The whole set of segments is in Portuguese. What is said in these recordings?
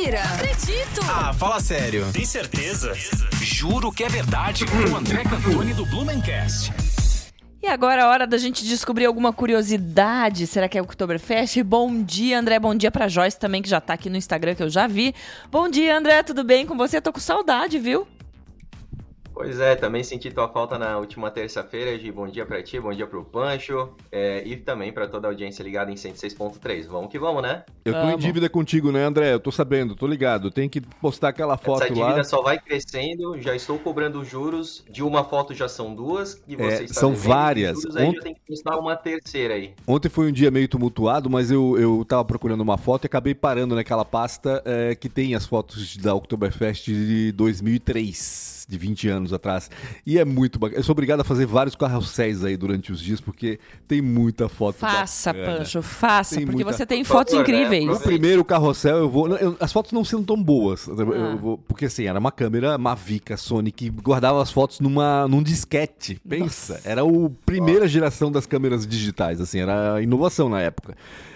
Mentira! Não acredito! Ah, fala sério. Tem certeza? Juro que é verdade com o André Cantoni do Blumencast. E agora é a hora da gente descobrir alguma curiosidade. Será que é o Oktoberfest? Bom dia, André. Bom dia pra Joyce também, que já tá aqui no Instagram, que eu já vi. Bom dia, André. Tudo bem com você? Tô com saudade, viu? Pois é, também senti tua falta na última terça-feira, de bom dia pra ti, bom dia pro Pancho, e também pra toda a audiência ligada em 106.3. Vamos que vamos, né? Eu tô em dívida contigo, né, André? Eu tô sabendo, tô ligado. Tem que postar aquela foto lá. Essa dívida só vai crescendo, já estou cobrando juros, de uma foto já são duas, e você está são devendo, várias. Juros, aí já tem que postar uma terceira aí. Ontem foi um dia meio tumultuado, mas eu tava procurando uma foto e acabei parando naquela pasta que tem as fotos da Oktoberfest de 2003. De 20 anos atrás. E é muito bacana. Eu sou obrigado a fazer vários carrosséis aí durante os dias, porque tem muita foto Faça, bacana. Pancho, faça, Tem porque muita... você tem fotos incríveis. No primeiro carrossel eu vou... as fotos não sendo tão boas. Eu vou, porque assim, era uma câmera Mavic, Sony, que guardava as fotos num disquete. Pensa, Nossa. Era a primeira geração das câmeras digitais, assim, era a inovação na época.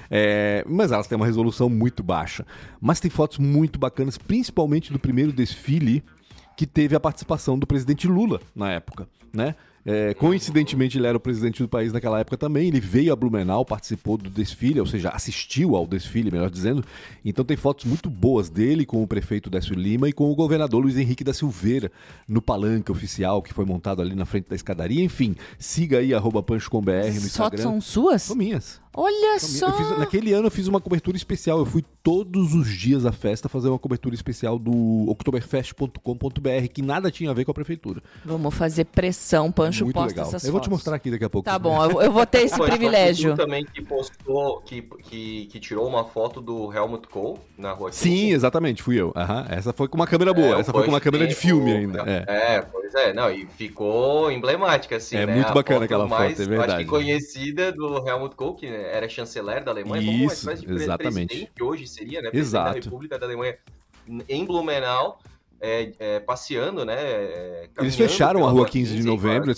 Mas elas têm uma resolução muito baixa. Mas tem fotos muito bacanas, principalmente do primeiro desfile, que teve a participação do presidente Lula na época, né? Coincidentemente, ele era o presidente do país naquela época também. Ele veio a Blumenau, participou do desfile, ou seja, assistiu ao desfile, melhor dizendo. Então tem fotos muito boas dele com o prefeito Décio Lima e com o governador Luiz Henrique da Silveira no palanque oficial que foi montado ali na frente da escadaria. Enfim, siga aí @pancho.com.br no Instagram. As fotos são suas? São minhas. Olha só! Naquele ano eu fiz uma cobertura especial. Eu fui todos os dias à festa fazer uma cobertura especial do oktoberfest.com.br, que nada tinha a ver com a prefeitura. Vamos fazer pressão, Pancho, muito posta legal. essas Eu vou te fotos. mostrar aqui daqui a pouco. Tá bom, eu vou ter esse privilégio. também que postou, que tirou uma foto do Helmut Kohl na rua. Sim, exatamente, fui eu. Essa foi com uma câmera boa, essa foi com uma câmera de filme ainda. Pois é, não, e ficou emblemática, assim, né? Muito bacana aquela mais, foto, é verdade. acho que conhecida do Helmut Kohl, que era chanceler da Alemanha, como uma espécie de presidente que hoje seria, né? Presidente da República da Alemanha em Blumenau. Passeando, né? Eles fecharam a rua 15 de novembro,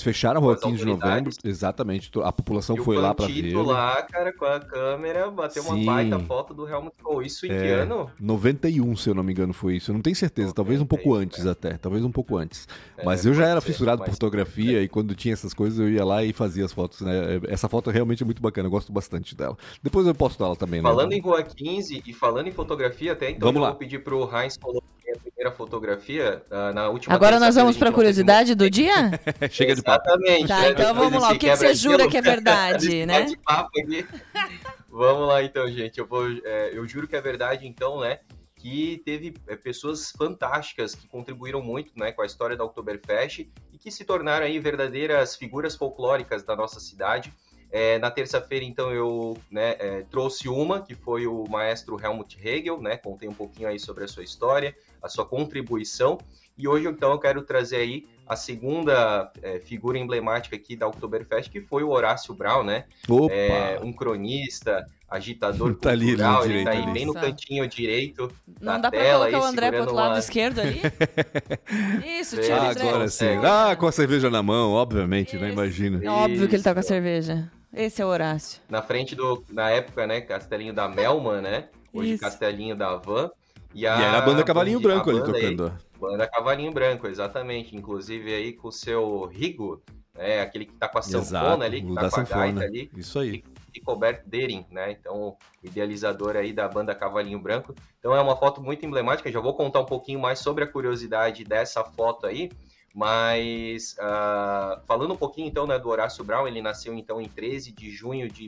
exatamente, a população foi lá pra ver. Lá, cara, com a câmera, bateu uma baita foto do Helmut Kohl. Isso em que ano? 91, se eu não me engano, foi isso. Eu não tenho certeza, talvez um pouco antes até, talvez um pouco antes. Mas eu já era fissurado por fotografia e quando tinha essas coisas eu ia lá e fazia as fotos, né? Essa foto realmente é muito bacana, eu gosto bastante dela. Depois eu posto ela também, né? Falando em rua 15 e falando em fotografia, até então eu vou pedir pro Heinz colocar a primeira fotografia na última. Agora nós vamos para a curiosidade do dia? Chega de papo. Exatamente. Tá, então vamos lá. O que você jura que é verdade, né? Vamos lá então, gente. Eu juro que é verdade, então, né? Que teve pessoas fantásticas que contribuíram muito, né, com a história da Oktoberfest e que se tornaram aí verdadeiras figuras folclóricas da nossa cidade. Na terça-feira, então, eu trouxe uma, que foi o maestro Helmut Hegel, né? Contei um pouquinho aí sobre a sua história, a sua contribuição. E hoje, então, eu quero trazer aí a segunda figura emblemática aqui da Oktoberfest, que foi o Horácio Braun, né? Um cronista, agitador cultural, ele tá aí bem no cantinho direito da tela. Não dá pra colocar o André pro outro lado esquerdo ali? Isso, tio André. Agora sim. Com a cerveja na mão, obviamente, né? Imagina. É óbvio que ele tá com a cerveja. Esse é o Horácio. Na frente na época, né, Castelinho da Melman, né? Hoje Castelinho da Van. E era a banda Cavalinho Branco ali tocando. Banda Cavalinho Branco, exatamente. Inclusive aí com o seu Rigo, aquele que tá com a sanfona ali, que tá com a gaita ali. Isso aí. Ricobert Dering, né? Então, idealizador aí da banda Cavalinho Branco. Então é uma foto muito emblemática. Já vou contar um pouquinho mais sobre a curiosidade dessa foto aí. Mas, falando um pouquinho, então, né, do Horácio Braun, ele nasceu, então, em 13 de junho de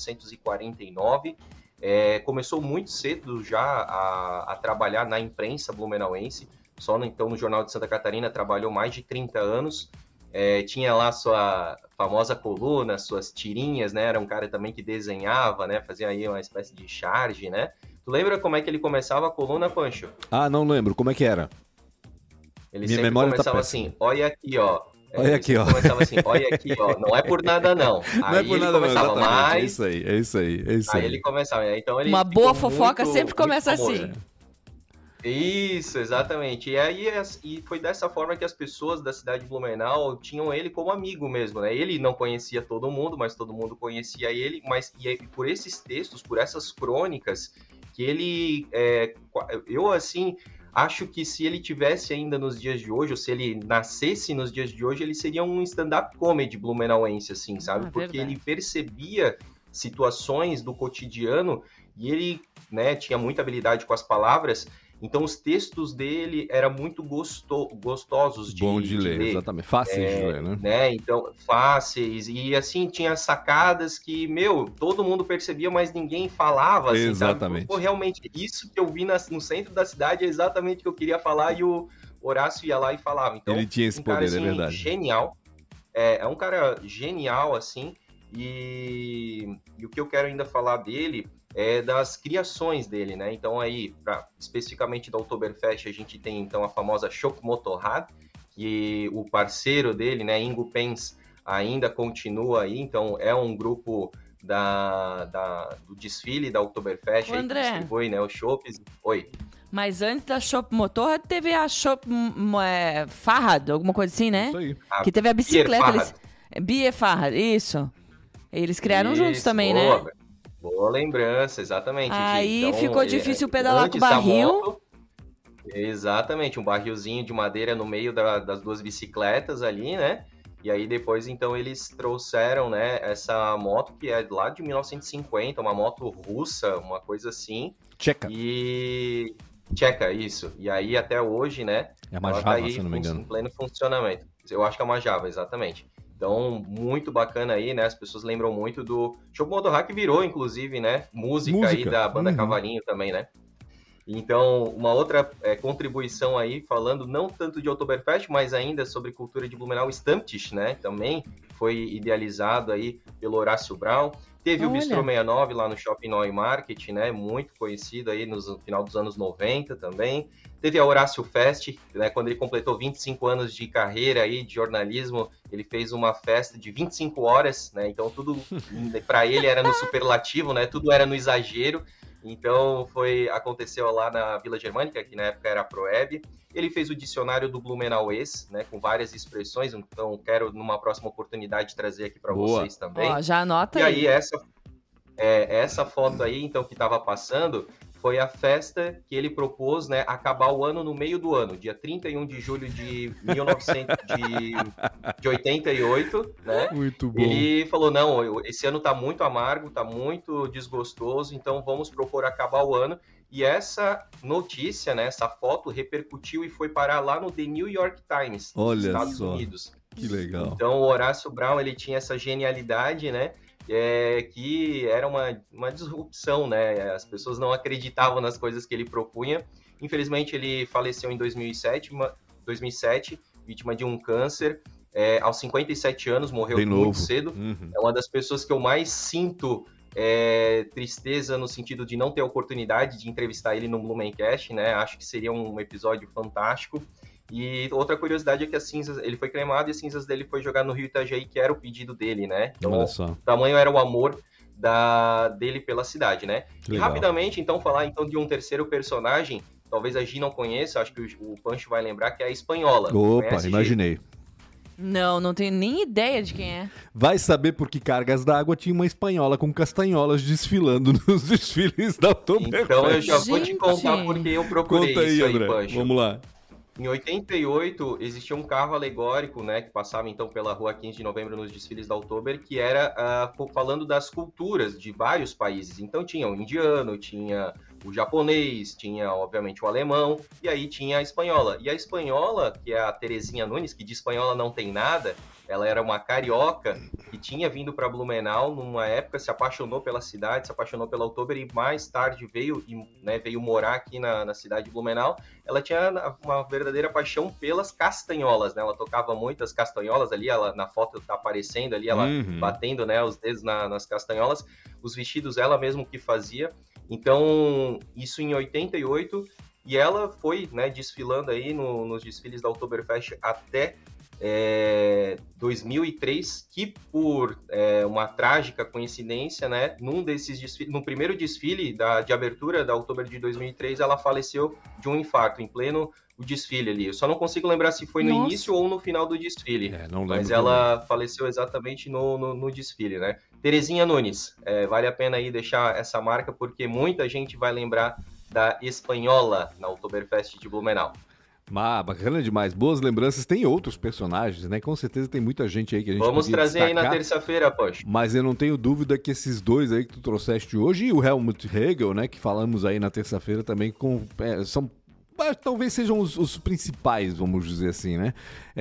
1949. Começou muito cedo já a trabalhar na imprensa blumenauense. Só, então, no Jornal de Santa Catarina, trabalhou mais de 30 anos. Tinha lá sua famosa coluna, suas tirinhas, né? Era um cara também que desenhava, né? Fazia aí uma espécie de charge, né? Tu lembra como é que ele começava a coluna, Pancho? Não lembro. Como é que era? Ele sempre começava assim, olha aqui, ó. Olha aqui, ó. Começava assim, olha aqui, ó. Não é por nada, não. Não é por nada, não. Exatamente. É isso aí. Aí ele começava. Então ele uma boa fofoca sempre começa assim. Isso, exatamente. E aí foi dessa forma que as pessoas da cidade de Blumenau tinham ele como amigo mesmo, né? Ele não conhecia todo mundo, mas todo mundo conhecia ele. E por esses textos, por essas crônicas, que ele, eu assim, acho que se ele tivesse ainda nos dias de hoje, ou se ele nascesse nos dias de hoje, ele seria um stand-up comedy blumenauense, assim, sabe? Porque verdade. ele percebia situações do cotidiano e ele, né, tinha muita habilidade com as palavras. Então, os textos dele eram muito gostosos Bom de ler, exatamente. Fáceis de ler, né? Então, fáceis. E, assim, tinha sacadas que, todo mundo percebia, mas ninguém falava, assim, exatamente. sabe? Pô, realmente, isso que eu vi no centro da cidade é exatamente o que eu queria falar, e o Horácio ia lá e falava. Então, ele tinha esse poder, cara, assim, é verdade. Genial. É um cara genial, assim, e o que eu quero ainda falar dele é das criações dele, né? Então aí, especificamente da Oktoberfest, a gente tem então a famosa Shop Motorrad, que o parceiro dele, né, Ingo Pens, ainda continua aí, então é um grupo do desfile da Oktoberfest, aí, que distribui, né, os chopps. Oi. Mas antes da Shop Motorrad, teve a Shop Fahrrad, alguma coisa assim, né? Isso aí. Que teve a bicicleta. Bier Fahrrad, isso. Eles criaram juntos também, boa, né? Boa lembrança, exatamente. Aí então, ficou difícil pedalar com o barril. Exatamente, um barrilzinho de madeira no meio das duas bicicletas ali, né? E aí depois, então, eles trouxeram, né, essa moto que é lá de 1950, uma moto russa, uma coisa assim. Tcheca. Tcheca, isso. E aí até hoje, né? É uma Java, se não me engano. Em pleno funcionamento. Eu acho que é uma Java, exatamente. Então, muito bacana aí, né? As pessoas lembram muito do Shop Motorrad, que virou, inclusive, né? Música aí da banda Cavalinho também, né? Então, uma outra contribuição aí, falando não tanto de Oktoberfest, mas ainda sobre cultura de Blumenau, Stammtisch, né? Também foi idealizado aí pelo Horácio Braun. Teve o Bistrô 69 lá no Shopping Neumarkt, né? Muito conhecido aí no final dos anos 90 também. Teve a Horácio Fest, né? Quando ele completou 25 anos de carreira aí de jornalismo, ele fez uma festa de 25 horas, né? Então tudo para ele era no superlativo, né? Tudo era no exagero. Então aconteceu lá na Vila Germânica, que na época era a Proeb. Ele fez o dicionário do Blumenauês, né, com várias expressões, então quero numa próxima oportunidade trazer aqui para vocês também. Ó, já anota aí. E aí essa foto aí, então, que estava passando, foi a festa que ele propôs, né, acabar o ano no meio do ano, dia 31 de julho de 1988, né? Muito bom. Ele falou, não, esse ano tá muito amargo, tá muito desgostoso, então vamos propor acabar o ano. E essa notícia, né, essa foto repercutiu e foi parar lá no The New York Times, dos Estados Unidos. Que legal. Então o Horácio Braun, ele tinha essa genialidade, né? Que era uma disrupção, né? As pessoas não acreditavam nas coisas que ele propunha. Infelizmente, ele faleceu em 2007, vítima de um câncer. Aos 57 anos, morreu muito cedo. Uhum. É uma das pessoas que eu mais sinto tristeza no sentido de não ter a oportunidade de entrevistar ele no Blumencast, né? Acho que seria um episódio fantástico. E outra curiosidade é que ele foi cremado e as cinzas dele foi jogar no Rio Itajaí, que era o pedido dele, né? Então, o tamanho era o amor dele pela cidade, né? E rapidamente, então, falar então de um terceiro personagem, talvez a Gi não conheça, acho que o Pancho vai lembrar, que é a Espanhola. Opa, conhece, imaginei. Não tenho nem ideia de quem é. Vai saber por que Cargas d'Água tinha uma espanhola com castanholas desfilando nos desfiles da Oktoberfest. Então eu já vou te contar porque eu procurei. Conta aí, André. Pancho. Vamos lá. Em 88, existia um carro alegórico, né, que passava então pela rua 15 de novembro nos desfiles da Oktober, que era falando das culturas de vários países. Então tinha o indiano, tinha o japonês, tinha obviamente o alemão, e aí tinha a espanhola. E a espanhola, que é a Terezinha Nunes, que de espanhola não tem nada, ela era uma carioca que tinha vindo para Blumenau numa época, se apaixonou pela cidade, se apaixonou pela Oktober e mais tarde veio morar aqui na cidade de Blumenau. Ela tinha uma verdadeira paixão pelas castanholas, né? Ela tocava muitas castanholas ali, ela na foto tá aparecendo ali, ela batendo, né, os dedos nas castanholas. Os vestidos ela mesmo que fazia. Então, isso em 88, e ela foi, né, desfilando aí nos desfiles da Oktoberfest até 2003, que por uma trágica coincidência, né, no primeiro desfile de abertura da Oktober de 2003, ela faleceu de um infarto em pleno o desfile ali. Eu só não consigo lembrar se foi no início ou no final do desfile, mas ela faleceu exatamente no desfile, né? Terezinha Nunes, vale a pena aí deixar essa marca, porque muita gente vai lembrar da Espanhola na Oktoberfest de Blumenau. Bacana demais, boas lembranças. Tem outros personagens, né? Com certeza tem muita gente aí que a gente Vamos trazer destacar, aí na terça-feira, poxa. Mas eu não tenho dúvida que esses dois aí que tu trouxeste hoje e o Helmut Hegel, né? Que falamos aí na terça-feira também, são... talvez sejam os principais, vamos dizer assim, né?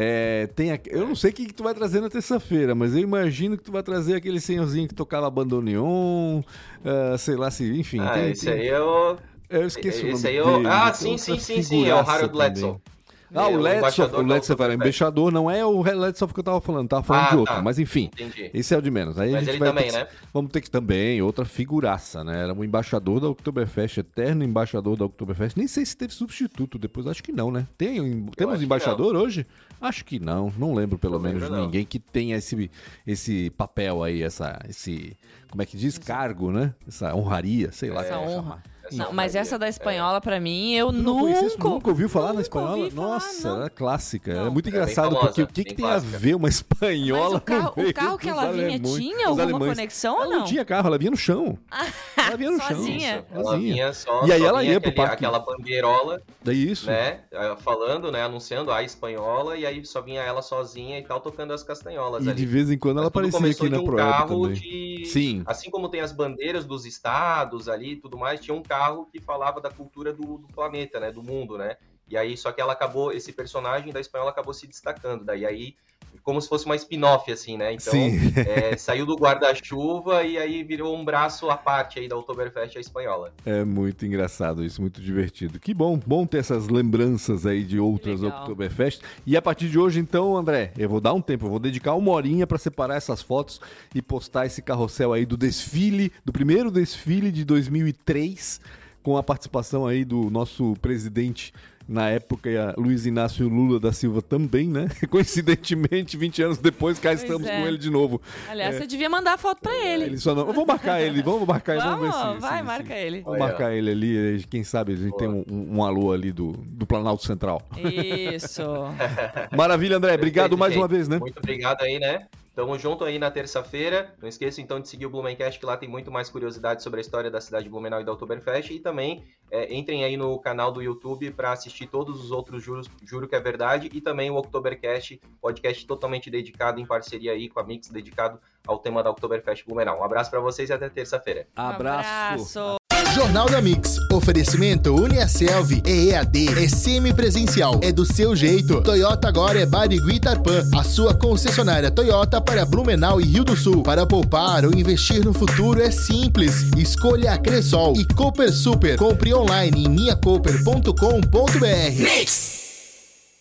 Eu não sei o que tu vai trazer na terça-feira, mas eu imagino que tu vai trazer aquele senhorzinho que tocava bandoneon, sei lá se... Enfim. Aí eu... Eu esqueci o nome esse aí dele. Sim, é o Harold Bledsoe. O Letzow era embaixador, não é o Letzow que eu tava falando de outro, mas enfim, entendi. Esse é o de menos. Aí mas a gente ele vai também, né? Vamos ter que também, outra figuraça, né? Era um embaixador da Oktoberfest, eterno embaixador da Oktoberfest, nem sei se teve substituto depois, acho que não, né? Temos embaixador hoje? Acho que não lembro pelo menos de ninguém que tenha esse papel aí, esse, como é que diz? Cargo, né? Essa honraria, sei lá. Essa honra. Não, mas essa da Espanhola, pra mim, eu nunca ouviu falar na Espanhola? Nossa, era clássica. É muito engraçado, porque o que tem a ver uma espanhola mas o carro que ela vinha tinha alguma conexão ou não? Ela não tinha carro, ela vinha no chão. Ela vinha no sozinha. chão. Ela vinha só, e aí ela ia pro parque. Aquela bandeirola, isso. Né, falando, né, anunciando a espanhola, e aí só vinha ela sozinha e tal, tocando as castanholas ali. De vez em quando ela aparecia aqui na Proeb também. Sim. Assim como tem as bandeiras dos estados ali e tudo mais, tinha um carro que falava da cultura do planeta, né, do mundo, né? E aí, só que esse personagem da Espanhola acabou se destacando, daí aí, como se fosse uma spin-off, assim, né? Então, saiu do guarda-chuva e aí virou um braço à parte aí da Oktoberfest, a Espanhola. É muito engraçado isso, muito divertido. Que bom ter essas lembranças aí de outras Oktoberfest. E a partir de hoje, então, André, eu vou dar um tempo, eu vou dedicar 1 horinha para separar essas fotos e postar esse carrossel aí do primeiro desfile de 2003, com a participação aí do nosso presidente na época, Luiz Inácio Lula da Silva também, né? Coincidentemente, 20 anos depois, cá estamos com ele de novo. Aliás, você devia mandar a foto pra ele. Ele só não... Vamos marcar ele. Vamos ver se... marca ele. Vamos marcar ele ali, quem sabe a gente tem um alô ali do Planalto Central. Isso. Maravilha, André. Obrigado mais uma vez, né? Muito obrigado aí, né? Tamo junto aí na terça-feira. Não esqueça então de seguir o Blumencast, que lá tem muito mais curiosidades sobre a história da cidade de Blumenau e da Oktoberfest. E também entrem aí no canal do YouTube para assistir todos os outros Juro que é Verdade. E também o Oktobercast, podcast totalmente dedicado em parceria aí com a Mix, dedicado ao tema da Oktoberfest Blumenau. Um abraço para vocês e até terça-feira. Abraço. Jornal da Mix. Oferecimento UniaSelv, EAD, é semipresencial, é do seu jeito. Toyota agora é Barigui Tarpan, a sua concessionária Toyota para Blumenau e Rio do Sul. Para poupar ou investir no futuro é simples. Escolha a Cressol e Cooper Super. Compre online em minhacooper.com.br.